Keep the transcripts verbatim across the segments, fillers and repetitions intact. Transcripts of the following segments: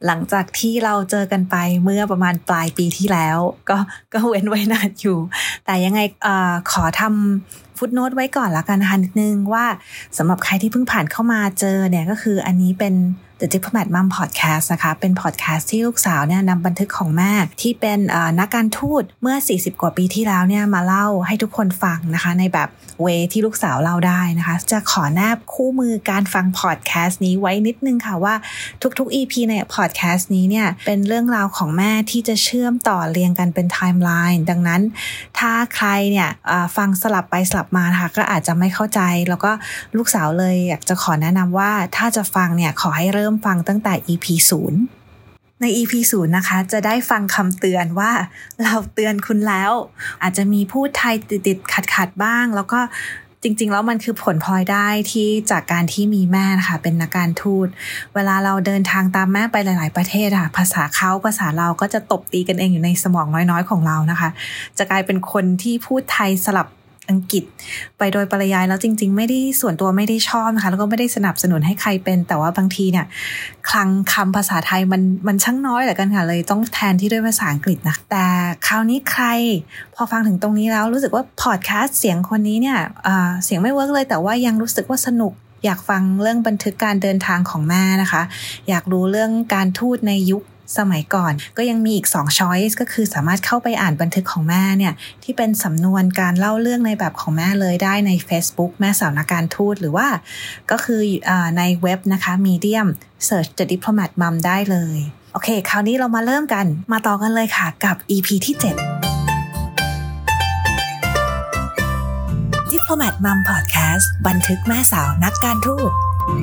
หลังจากที่เราเจอกันไปเมื่อประมาณปลายปีที่แล้วก็ก็เว้นไว้นานอยู่แต่ยังไงเอ่อขอทำฟุตโนตไว้ก่อนละกันนะคะนิดนึงว่าสำหรับใครที่เพิ่งผ่านเข้ามาเจอเนี่ยก็คืออันนี้เป็น The Diplomat Mom Podcast นะคะเป็น podcast ที่ลูกสาวเนี่ยนำบันทึกของแม่ที่เป็นนักการทูตเมื่อสี่สิบกว่าปีที่แล้วเนี่ยมาเล่าให้ทุกคนฟังนะคะในแบบเวที่ลูกสาวเล่าได้นะคะจะขอแนบคู่มือการฟัง podcast นี้ไว้นิดนึงค่ะว่าทุกๆ อี พี ใน podcast นี้เนี่ยเป็นเรื่องราวของแม่ที่จะเชื่อมต่อเรียงกันเป็นไทม์ไลน์ดังนั้นถ้าใครเนี่ยฟังสลับไปสลับมานะคะก็อาจจะไม่เข้าใจแล้วก็ลูกสาวเลยอยากจะขอแนะนำว่าถ้าจะฟังเนี่ยขอให้เริ่มฟังตั้งแต่ อี พี ศูนย์ใน อี พี ศูนย์นะคะจะได้ฟังคำเตือนว่าเราเตือนคุณแล้วอาจจะมีพูดไทยติดๆขัดๆบ้างแล้วก็จริงๆแล้วมันคือผลพลอยได้ที่จากการที่มีแม่นะคะเป็นนักการทูตเวลาเราเดินทางตามแม่ไปหลายๆประเทศค่ะภาษาเขาภาษาเราก็จะตบตีกันเองอยู่ในสมองน้อยๆของเรานะคะจะกลายเป็นคนที่พูดไทยสลับอังกฤษไปโดยปริยายแล้วจริงๆไม่ได้ส่วนตัวไม่ได้ชอบนะคะแล้วก็ไม่ได้สนับสนุนให้ใครเป็นแต่ว่าบางทีเนี่ยคลังคำภาษาไทยมันมันช่างน้อยเหลือเกินค่ะเลยต้องแทนที่ด้วยภาษาอังกฤษนะแต่คราวนี้ใครพอฟังถึงตรงนี้แล้วรู้สึกว่าพอดแคสต์เสียงคนนี้เนี่ยเอ่อเสียงไม่เวิร์กเลยแต่ว่ายังรู้สึกว่าสนุกอยากฟังเรื่องบันทึกการเดินทางของแม่นะคะอยากรู้เรื่องการทูตในยุคสมัยก่อนก็ยังมีอีกสอง choice ก็คือสามารถเข้าไปอ่านบันทึกของแม่เนี่ยที่เป็นสำนวนการเล่าเรื่องในแบบของแม่เลยได้ใน Facebook แม่สาวนักการทูตหรือว่าก็คืออในเว็บนะคะ Medium Search The Diplomat Mom ได้เลยโอเคคราวนี้เรามาเริ่มกันมาต่อกันเลยค่ะกับ อี พี ที่เจ็ด Diplomat Mom Podcast บันทึกแม่สาวนักการทูต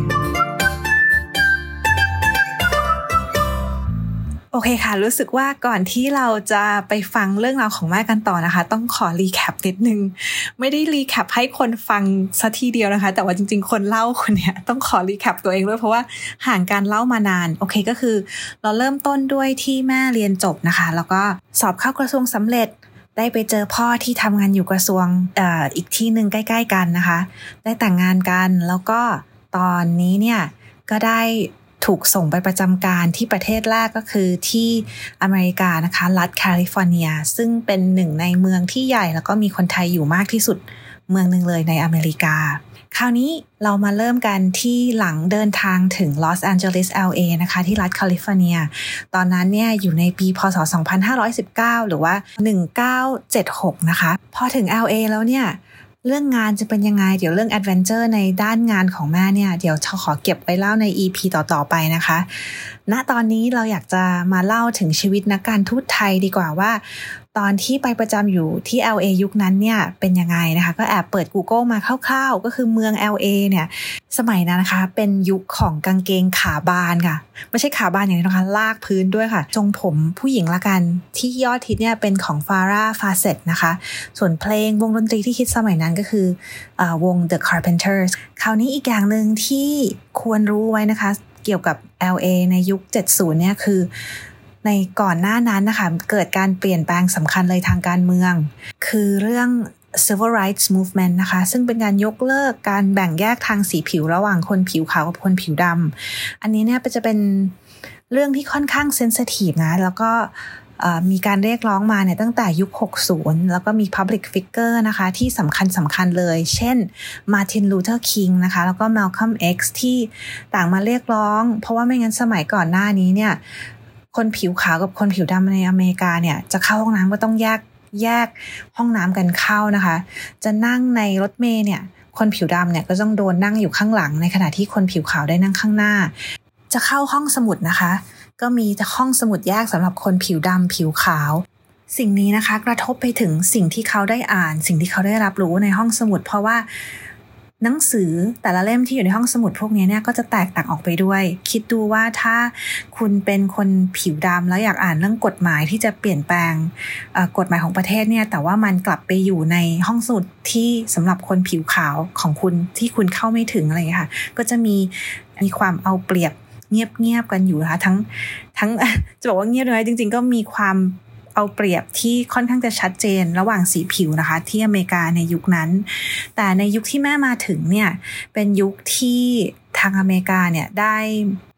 โอเคค่ะรู้สึกว่าก่อนที่เราจะไปฟังเรื่องราวของแม่กันต่อนะคะต้องขอรีแคปนิดนึงไม่ได้รีแคปให้คนฟังซะทีเดียวนะคะแต่ว่าจริงๆคนเล่าคนเนี้ยต้องขอรีแคปตัวเองด้วยเพราะว่าห่างการเล่ามานานโอเคก็คือเราเริ่มต้นด้วยที่แม่เรียนจบนะคะแล้วก็สอบเข้ากระทรวงสำเร็จได้ไปเจอพ่อที่ทำงานอยู่กระทรวงเอ่ออีกที่นึงใกล้ๆกันนะคะได้แต่งงานกันแล้วก็ตอนนี้เนี่ยก็ได้ถูกส่งไปประจำการที่ประเทศแรกก็คือที่อเมริกานะคะรัฐแคลิฟอร์เนียซึ่งเป็นหนึ่งในเมืองที่ใหญ่แล้วก็มีคนไทยอยู่มากที่สุดเมืองหนึ่งเลยในอเมริกาคราวนี้เรามาเริ่มกันที่หลังเดินทางถึงลอสแอนเจลิส แอล เอ นะคะที่รัฐแคลิฟอร์เนียตอนนั้นเนี่ยอยู่ในปีพ.ศ. สองพันห้าร้อยสิบเก้าหรือว่าหนึ่งพันเก้าร้อยเจ็ดสิบหกนะคะพอถึง แอล เอ แล้วเนี่ยเรื่องงานจะเป็นยังไงเดี๋ยวเรื่องแอดเวนเจอร์ในด้านงานของแม่เนี่ยเดี๋ยวขอเก็บไว้เล่าใน อี พี ต่อๆไปนะคะณตอนนี้เราอยากจะมาเล่าถึงชีวิตนักการทูตไทยดีกว่าว่าตอนที่ไปประจำอยู่ที่ แอล เอ ยุคนั้นเนี่ยเป็นยังไงนะคะก็แอบเปิด Google มาคร่าวๆก็คือเมือง แอล เอ เนี่ยสมัยนั้นนะคะเป็นยุคของกางเกงขาบานค่ะไม่ใช่ขาบานอย่างนี้นะคะลากพื้นด้วยค่ะทรงผมผู้หญิงละกันที่ยอดฮิตเนี่ยเป็นของ Farrah Fawcett นะคะส่วนเพลงวงดนตรีที่ฮิตสมัยนั้นก็คืออ่าวง The Carpenters คราวนี้อีกอย่างนึงที่ควรรู้ไว้นะคะเกี่ยวกับ แอล เอ ในยุคเจ็ดสิบเนี่ยคือในก่อนหน้านั้นนะคะเกิดการเปลี่ยนแปลงสำคัญเลยทางการเมืองคือเรื่อง Civil Rights Movement นะคะซึ่งเป็นการยกเลิกการแบ่งแยกทางสีผิวระหว่างคนผิวขาวกับคนผิวดำอันนี้เนี่ยจะเป็นเรื่องที่ค่อนข้างเซนซิทีฟนะแล้วก็มีการเรียกร้องมาเนี่ยตั้งแต่ยุคหกสิบแล้วก็มี Public Figure นะคะที่สำคัญสำคัญเลยเช่น Martin Luther King นะคะแล้วก็ Malcolm X ที่ต่างมาเรียกร้องเพราะว่าไม่งั้นสมัยก่อนหน้านี้เนี่ยคนผิวขาวกับคนผิวดำในอเมริกาเนี่ยจะเข้าห้องน้ำก็ต้องแยกแยกห้องน้ำกันเข้านะคะจะนั่งในรถเมล์เนี่ยคนผิวดำเนี่ยก็ต้องโดนนั่งอยู่ข้างหลังในขณะที่คนผิวขาวได้นั่งข้างหน้าจะเข้าห้องสมุดนะคะก็มีห้องสมุดแยกสำหรับคนผิวดำผิวขาวสิ่งนี้นะคะกระทบไปถึงสิ่งที่เขาได้อ่านสิ่งที่เขาได้รับรู้ในห้องสมุดเพราะว่าหนังสือแต่ละเล่มที่อยู่ในห้องสมุดพวกนี้เนี่ยก็จะแตกต่างออกไปด้วยคิดดูว่าถ้าคุณเป็นคนผิวดำแล้วอยากอ่านเรื่องกฎหมายที่จะเปลี่ยนแปลงกฎหมายของประเทศเนี่ยแต่ว่ามันกลับไปอยู่ในห้องสมุดที่สำหรับคนผิวขาวของคุณที่คุณเข้าไม่ถึงอะไรอย่างเงี้ยค่ะก็จะมีมีความเอาเปรียบเงียบๆกันอยู่นะคะทั้งทั้งจะบอกว่าเงียบเลยจริงๆก็มีความเอาเปรียบที่ค่อนข้างจะชัดเจนระหว่างสีผิวนะคะที่อเมริกาในยุคนั้นแต่ในยุคที่แม่มาถึงเนี่ยเป็นยุคที่ทางอเมริกาเนี่ยได้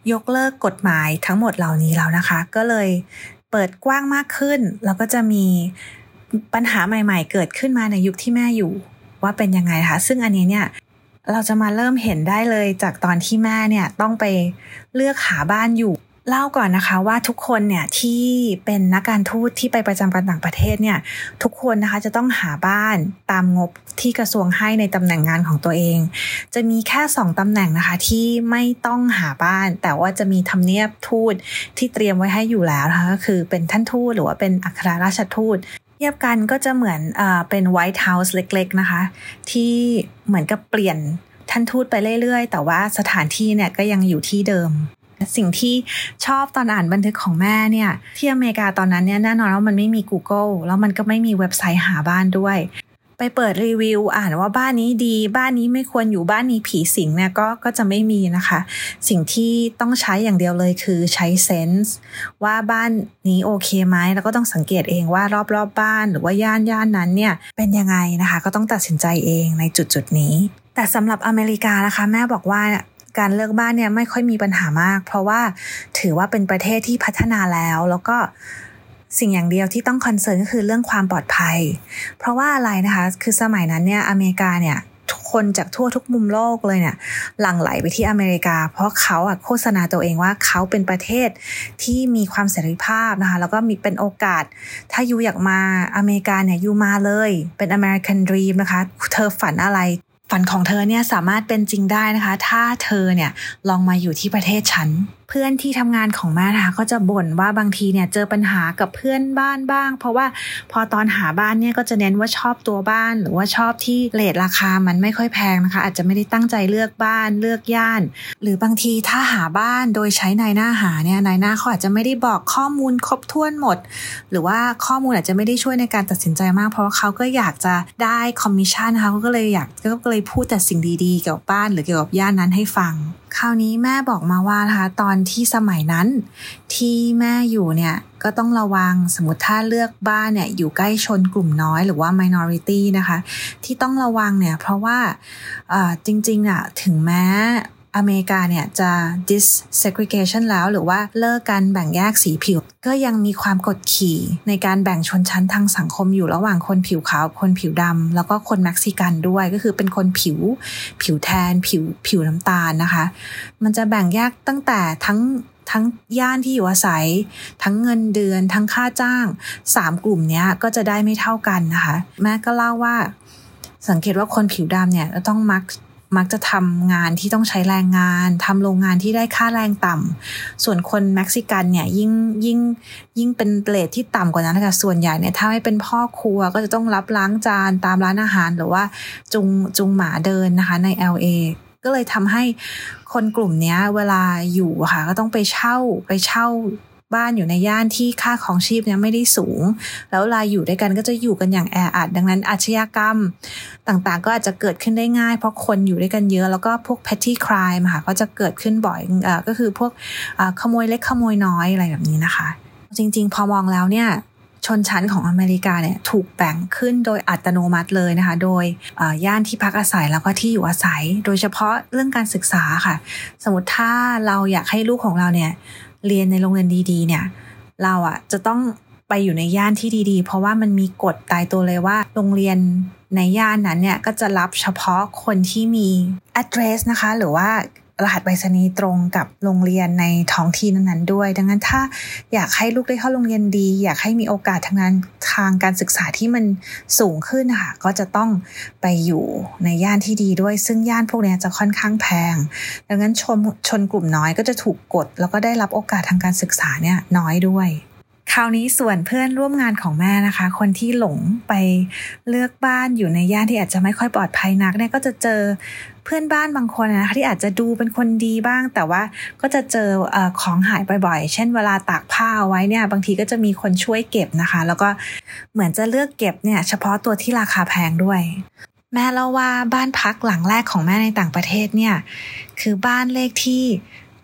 ยกเลิกกฎหมายทั้งหมดเหล่านี้แล้วนะคะก็เลยเปิดกว้างมากขึ้นแล้วก็จะมีปัญหาใหม่ๆเกิดขึ้นมาในยุคที่แม่อยู่ว่าเป็นยังไงคะซึ่งอันนี้เนี่ยเราจะมาเริ่มเห็นได้เลยจากตอนที่แม่เนี่ยต้องไปเลือกหาบ้านอยู่เล่าก่อนนะคะว่าทุกคนเนี่ยที่เป็นนักการทูตที่ไปประจำการต่างประเทศเนี่ยทุกคนนะคะจะต้องหาบ้านตามงบที่กระทรวงให้ในตำแหน่งงานของตัวเองจะมีแค่สองตำแหน่งนะคะที่ไม่ต้องหาบ้านแต่ว่าจะมีทำเนียบทูตที่เตรียมไว้ให้อยู่แล้วนะคะก็คือเป็นท่านทูตหรือว่าเป็นอัครราชทูตเทียบกันก็จะเหมือนเอ่อเป็นไวท์เฮาส์เล็กๆนะคะที่เหมือนกับเปลี่ยนท่านทูตไปเรื่อยๆแต่ว่าสถานที่เนี่ยก็ยังอยู่ที่เดิมสิ่งที่ชอบตอนอ่านบันทึกของแม่เนี่ยที่อเมริกาตอนนั้นเนี่ยแน่นอนว่ามันไม่มี Google แล้วมันก็ไม่มีเว็บไซต์หาบ้านด้วยไปเปิดรีวิวอ่านว่าบ้านนี้ดีบ้านนี้ไม่ควรอยู่บ้านนี้ผีสิงเนี่ยก็ก็จะไม่มีนะคะสิ่งที่ต้องใช้อย่างเดียวเลยคือใช้เซนส์ว่าบ้านนี้โอเคไหมแล้วก็ต้องสังเกตเองว่ารอบๆ บ, บ้านหรือว่าย่านย่านนั้นเนี่ยเป็นยังไงนะคะก็ต้องตัดสินใจเองในจุดจุดนี้แต่สำหรับอเมริกานะคะแม่บอกว่าการเลือกบ้านเนี่ยไม่ค่อยมีปัญหามากเพราะว่าถือว่าเป็นประเทศที่พัฒนาแล้วแล้วก็สิ่งอย่างเดียวที่ต้องคอนเซิร์นก็คือเรื่องความปลอดภัยเพราะว่าอะไรนะคะคือสมัยนั้นเนี่ยอเมริกาเนี่ยทุกคนจากทั่วทุกมุมโลกเลยเนี่ยหลั่งไหลไปที่อเมริกาเพราะเขาอ่ะโฆษณาตัวเองว่าเขาเป็นประเทศที่มีความเสรีภาพนะคะแล้วก็มีเป็นโอกาสถ้ายูอยากมาอเมริกาเนี่ยยูมาเลยเป็น American Dream นะคะเธอฝันอะไรฝันของเธอเนี่ยสามารถเป็นจริงได้นะคะถ้าเธอเนี่ยลองมาอยู่ที่ประเทศฉันเพื่อนที่ทำงานของแม่นะคะก็จะบ่นว่าบางทีเนี่ยเจอปัญหากับเพื่อนบ้านบ้างเพราะว่าพอตอนหาบ้านเนี่ยก็จะเน้นว่าชอบตัวบ้านหรือว่าชอบที่เรทราคามันไม่ค่อยแพงนะคะอาจจะไม่ได้ตั้งใจเลือกบ้านเลือกย่านหรือบางทีถ้าหาบ้านโดยใช้นายหน้าหาเนี่ยนายหน้าเขาอาจจะไม่ได้บอกข้อมูลครบถ้วนหมดหรือว่าข้อมูลอาจจะไม่ได้ช่วยในการตัดสินใจมากเพราะว่าเขาก็อยากจะได้คอมมิชชั่นนะคะเขาก็เลยอยากก็เลยพูดแต่สิ่งดีๆเกี่ยวกับบ้านหรือเกี่ยวกับย่านนั้นให้ฟังคราวนี้แม่บอกมาว่านะคะตอนที่สมัยนั้นที่แม่อยู่เนี่ยก็ต้องระวังสมมติถ้าเลือกบ้านเนี่ยอยู่ใกล้ชนกลุ่มน้อยหรือว่า minority นะคะที่ต้องระวังเนี่ยเพราะว่าจริงๆอ่ะถึงแม้อเมริกาเนี่ยจะ dis-segregation แล้วหรือว่าเลิกการแบ่งแยกสีผิวก็ยังมีความกดขี่ในการแบ่งชนชั้นทางสังคมอยู่ระหว่างคนผิวขาวคนผิวดำแล้วก็คนเม็กซิกันด้วยก็คือเป็นคนผิวผิวแทนผิวผิวน้ำตาลนะคะมันจะแบ่งแยกตั้งแต่ทั้งทั้งย่านที่อยู่อาศัยทั้งเงินเดือนทั้งค่าจ้างสามกลุ่มเนี้ยก็จะได้ไม่เท่ากันนะคะแม่ก็เล่าว่าสังเกตว่าคนผิวดำเนี่ยต้องมักมักจะทำงานที่ต้องใช้แรงงานทำโรงงานที่ได้ค่าแรงต่ำส่วนคนเม็กซิกันเนี่ยยิ่งยิ่งยิ่งเป็นเรทที่ต่ำกว่านั้นนะคะส่วนใหญ่เนี่ยถ้าไม่เป็นพ่อครัวก็จะต้องรับล้างจานตามร้านอาหารหรือว่าจุงจุงหมาเดินนะคะใน แอล เอ ก็เลยทำให้คนกลุ่มนี้เวลาอยู่ค่ะก็ต้องไปเช่าไปเช่าบ้านอยู่ในย่านที่ค่าของชีพเนี่ยไม่ได้สูงแล้วเวลาอยู่ด้วยกันก็จะอยู่กันอย่างแออัดดังนั้นอาชญากรรมต่างๆก็อาจจะเกิดขึ้นได้ง่ายเพราะคนอยู่ด้วยกันเยอะแล้วก็พวก petty crime ค่ะก็จะเกิดขึ้นบ่อยเอ่อก็คือพวกขโมยเล็กขโมยน้อยอะไรแบบนี้นะคะจริงๆพอมองแล้วเนี่ยชนชั้นของอเมริกาเนี่ยถูกแบ่งขึ้นโดยอัตโนมัติเลยนะคะโดยย่านที่พักอาศัยแล้วก็ที่อยู่อาศัยโดยเฉพาะเรื่องการศึกษาค่ะสมมติถ้าเราอยากให้ลูกของเราเนี่ยเรียนในโรงเรียนดีๆเนี่ยเราอ่ะจะต้องไปอยู่ในย่านที่ดีๆเพราะว่ามันมีกฎตายตัวเลยว่าโรงเรียนในย่านนั้นเนี่ยก็จะรับเฉพาะคนที่มี address นะคะหรือว่ารหัสไปรษณีย์ตรงกับโรงเรียนในท้องที่นั้นๆด้วยดังนั้นถ้าอยากให้ลูกได้เข้าโรงเรียนดีอยากให้มีโอกาสทางการทางการศึกษาที่มันสูงขึ้นค่ะก็จะต้องไปอยู่ในย่านที่ดีด้วยซึ่งย่านพวกนี้จะค่อนข้างแพงดังนั้นชนชนกลุ่มน้อยก็จะถูกกดแล้วก็ได้รับโอกาสทางการศึกษาเนี่ยน้อยด้วยคราวนี้ส่วนเพื่อนร่วมงานของแม่นะคะคนที่หลงไปเลือกบ้านอยู่ในย่านที่อาจจะไม่ค่อยปลอดภัยนักเนี่ยก็จะเจอเพื่อนบ้านบางคนนะคะที่อาจจะดูเป็นคนดีบ้างแต่ว่าก็จะเจอเอ่อของหายบ่อยๆเช่นเวลาตากผ้าเอาไว้เนี่ยบางทีก็จะมีคนช่วยเก็บนะคะแล้วก็เหมือนจะเลือกเก็บเนี่ยเฉพาะตัวที่ราคาแพงด้วยแม่เล่าว่าบ้านพักหลังแรกของแม่ในต่างประเทศเนี่ยคือบ้านเลขที่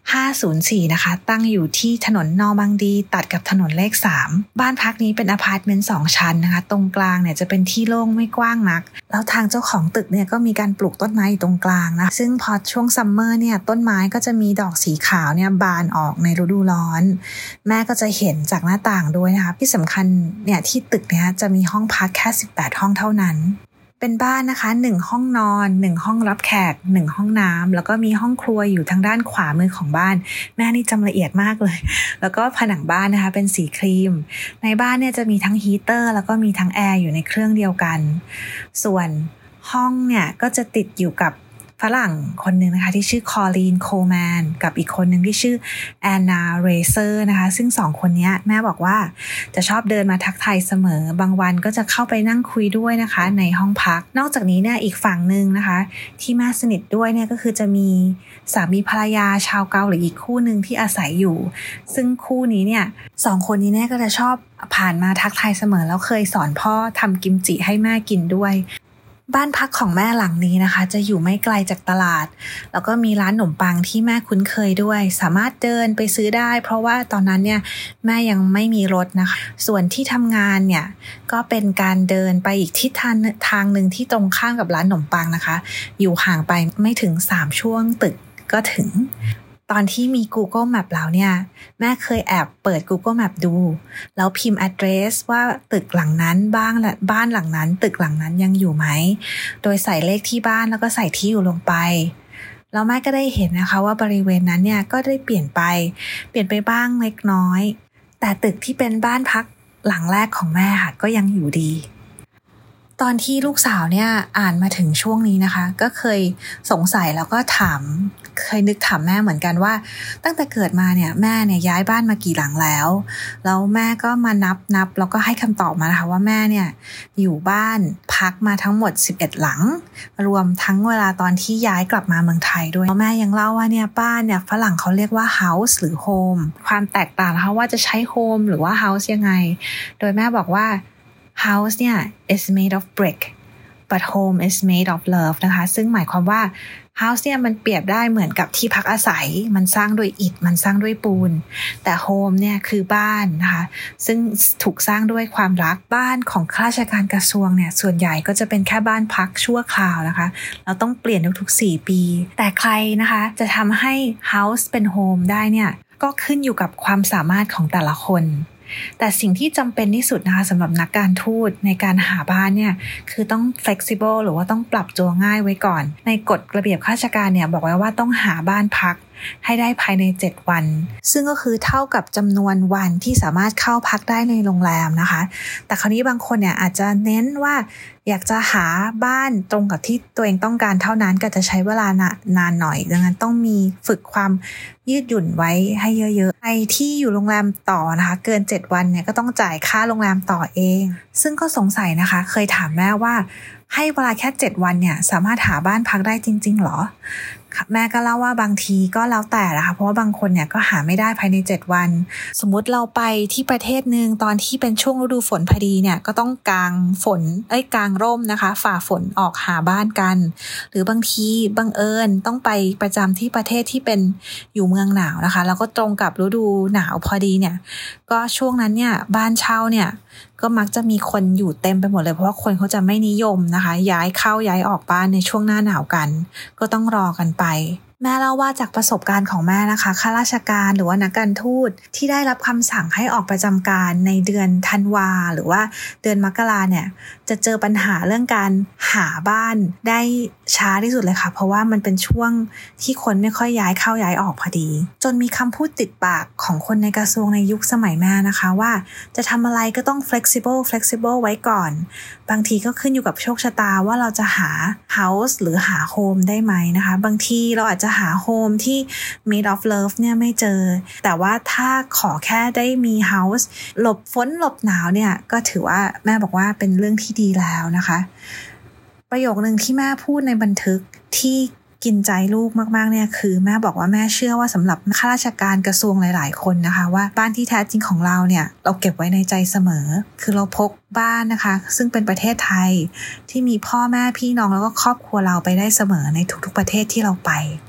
ห้าศูนย์สี่นะคะตั้งอยู่ที่ถนนนอร์มังดีตัดกับถนนเลขสามบ้านพักนี้เป็นอพาร์ตเมนต์สองชั้นนะคะตรงกลางเนี่ยจะเป็นที่โล่งไม่กว้างนักแล้วทางเจ้าของตึกเนี่ยก็มีการปลูกต้นไม้อยู่ตรงกลางนะซึ่งพอช่วงซัมเมอร์เนี่ยต้นไม้ก็จะมีดอกสีขาวเนี่ยบานออกในฤดูร้อนแม่ก็จะเห็นจากหน้าต่างด้วยนะคะที่สำคัญเนี่ยที่ตึกเนี่ยจะมีห้องพักแค่สิบแปดห้องเท่านั้นเป็นบ้านนะคะหนึ่งห้องนอนหนึ่งห้องรับแขกหนึ่งห้องน้ำแล้วก็มีห้องครัวอยู่ทางด้านขวามือของบ้านแม่นี่จำละเอียดมากเลยแล้วก็ผนังบ้านนะคะเป็นสีครีมในบ้านเนี่ยจะมีทั้งฮีเตอร์แล้วก็มีทั้งแอร์อยู่ในเครื่องเดียวกันส่วนห้องเนี่ยก็จะติดอยู่กับฝรั่งคนหนึ่งนะคะที่ชื่อคอลีนโคลแมนกับอีกคนหนึ่งที่ชื่อแอนนาเรเซอร์นะคะซึ่งสองคนนี้แม่บอกว่าจะชอบเดินมาทักทายเสมอบางวันก็จะเข้าไปนั่งคุยด้วยนะคะในห้องพักนอกจากนี้เนี่ยอีกฝั่งหนึ่งนะคะที่แม่สนิทด้วยเนี่ยก็คือจะมีสามีภรรยาชาวเกาหลีอีกคู่หนึ่งที่อาศัยอยู่ซึ่งคู่นี้เนี่ยสองคนนี้เนี่ยก็จะชอบผ่านมาทักทายเสมอแล้วเคยสอนพ่อทำกิมจิให้แม่กินด้วยบ้านพักของแม่หลังนี้นะคะจะอยู่ไม่ไกลจากตลาดแล้วก็มีร้านขนมปังที่แม่คุ้นเคยด้วยสามารถเดินไปซื้อได้เพราะว่าตอนนั้นเนี่ยแม่ยังไม่มีรถนะคะส่วนที่ทำงานเนี่ยก็เป็นการเดินไปอีกทิศทางทางหนึ่งที่ตรงข้ามกับร้านขนมปังนะคะอยู่ห่างไปไม่ถึงสามช่วงตึกก็ถึงตอนที่มี Google Map แล้วเนี่ยแม่เคยแอบเปิด Google Map ดูแล้วพิมพ์ address ว่าตึกหลังนั้นบ้านบ้านหลังนั้นตึกหลังนั้นยังอยู่ไหมโดยใส่เลขที่บ้านแล้วก็ใส่ที่อยู่ลงไปแล้วแม่ก็ได้เห็นนะคะว่าบริเวณนั้นเนี่ยก็ได้เปลี่ยนไปเปลี่ยนไปบ้างเล็กน้อยแต่ตึกที่เป็นบ้านพักหลังแรกของแม่ค่ะก็ยังอยู่ดีตอนที่ลูกสาวเนี่ยอ่านมาถึงช่วงนี้นะคะก็เคยสงสัยแล้วก็ถามเคยนึกถามแม่เหมือนกันว่าตั้งแต่เกิดมาเนี่ยแม่เนี่ยย้ายบ้านมากี่หลังแล้วแล้วแม่ก็มานับนับแล้วก็ให้คำตอบมานะคะว่าแม่เนี่ยอยู่บ้านพักมาทั้งหมดสิบเอ็ดหลังรวมทั้งเวลาตอนที่ย้ายกลับมาเมืองไทยด้วยแล้วแม่ยังเล่าว่าเนี่ยบ้านเนี่ยฝรั่งเขาเรียกว่า house หรือ home ความแตกต่างนะคะว่าจะใช้ home หรือว่า house ยังไงโดยแม่บอกว่าhouse เนี่ย is made of brick but home is made of love นะคะซึ่งหมายความว่า house เนี่ยมันเปรียบได้เหมือนกับที่พักอาศัยมันสร้างด้วยอิฐมันสร้างด้วยปูนแต่ home เนี่ยคือบ้านนะคะซึ่งถูกสร้างด้วยความรักบ้านของข้าราชการกระทรวงเนี่ยส่วนใหญ่ก็จะเป็นแค่บ้านพักชั่วคราวนะคะเราต้องเปลี่ยนทุกๆสี่ปีแต่ใครนะคะจะทำให้ house เป็น home ได้เนี่ยก็ขึ้นอยู่กับความสามารถของแต่ละคนแต่สิ่งที่จำเป็นที่สุดนะคะสำหรับนักการทูตในการหาบ้านเนี่ยคือต้อง flexible หรือว่าต้องปรับตัวง่ายไว้ก่อนในกฎระเบียบข้าราชการเนี่ยบอกไว้ว่าต้องหาบ้านพักให้ได้ภายในเจ็ดวันซึ่งก็คือเท่ากับจำนวนวันที่สามารถเข้าพักได้ในโรงแรมนะคะแต่คราวนี้บางคนเนี่ยอาจจะเน้นว่าอยากจะหาบ้านตรงกับที่ตัวเองต้องการเท่านั้นก็จะใช้เวลานานหน่อยดังนั้นต้องมีฝึกความยืดหยุ่นไว้ให้เยอะๆใครที่อยู่โรงแรมต่อนะคะเกินเจ็ดวันเนี่ยก็ต้องจ่ายค่าโรงแรมต่อเองซึ่งก็สงสัยนะคะเคยถามแม่ว่าให้เวลาแค่เจ็ดวันเนี่ยสามารถหาบ้านพักได้จริงๆหรอแม่ก็เล่าว่าบางทีก็แล้วแต่นะคะเพราะว่าบางคนเนี่ยก็หาไม่ได้ภายในเจ็ดวันสมมุติเราไปที่ประเทศนึงตอนที่เป็นช่วงฤดูฝนพอดีเนี่ยก็ต้องกางฝนเอ้ยกางร่มนะคะฝ่าฝนออกหาบ้านกันหรือบางทีบังเอิญต้องไปประจำที่ประเทศที่เป็นอยู่เมืองหนาวนะคะแล้วก็ตรงกับฤดูหนาวพอดีเนี่ยก็ช่วงนั้นเนี่ยบ้านเช่าเนี่ยก็มักจะมีคนอยู่เต็มไปหมดเลยเพราะว่าคนเขาจะไม่นิยมนะคะย้ายเข้าย้ายออกบ้านในช่วงหน้าหนาวกันก็ต้องรอกันไปแม่เล่าว่าจากประสบการณ์ของแม่นะคะข้าราชการหรือว่านักการทูตที่ได้รับคำสั่งให้ออกประจำการในเดือนธันวาหรือว่าเดือนมกราเนี่ยจะเจอปัญหาเรื่องการหาบ้านได้ช้าที่สุดเลยค่ะเพราะว่ามันเป็นช่วงที่คนไม่ค่อยย้ายเข้าย้ายออกพอดีจนมีคำพูดติดปากของคนในกระทรวงในยุคสมัยแม่นะคะว่าจะทำอะไรก็ต้อง flexible flexible ไว้ก่อนบางทีก็ขึ้นอยู่กับโชคชะตาว่าเราจะหา house หรือหา home ได้ไหมนะคะบางทีเราอาจจะหาโฮมที่ made of love เนี่ยไม่เจอแต่ว่าถ้าขอแค่ได้มี house หลบฝนหลบหนาวเนี่ยก็ถือว่าแม่บอกว่าเป็นเรื่องที่ดีแล้วนะคะประโยคนึงที่แม่พูดในบันทึกที่กินใจลูกมากๆเนี่ยคือแม่บอกว่าแม่เชื่อว่าสำหรับข้าราชการกระทรวงหลายๆคนนะคะว่าบ้านที่แท้จริงของเราเนี่ยเราเก็บไว้ในใจเสมอคือเราพกบ้านนะคะซึ่งเป็นประเทศไทยที่มีพ่อแม่พี่น้องแล้วก็ครอบครัวเราไปได้เสมอในทุกๆประเทศที่เราไป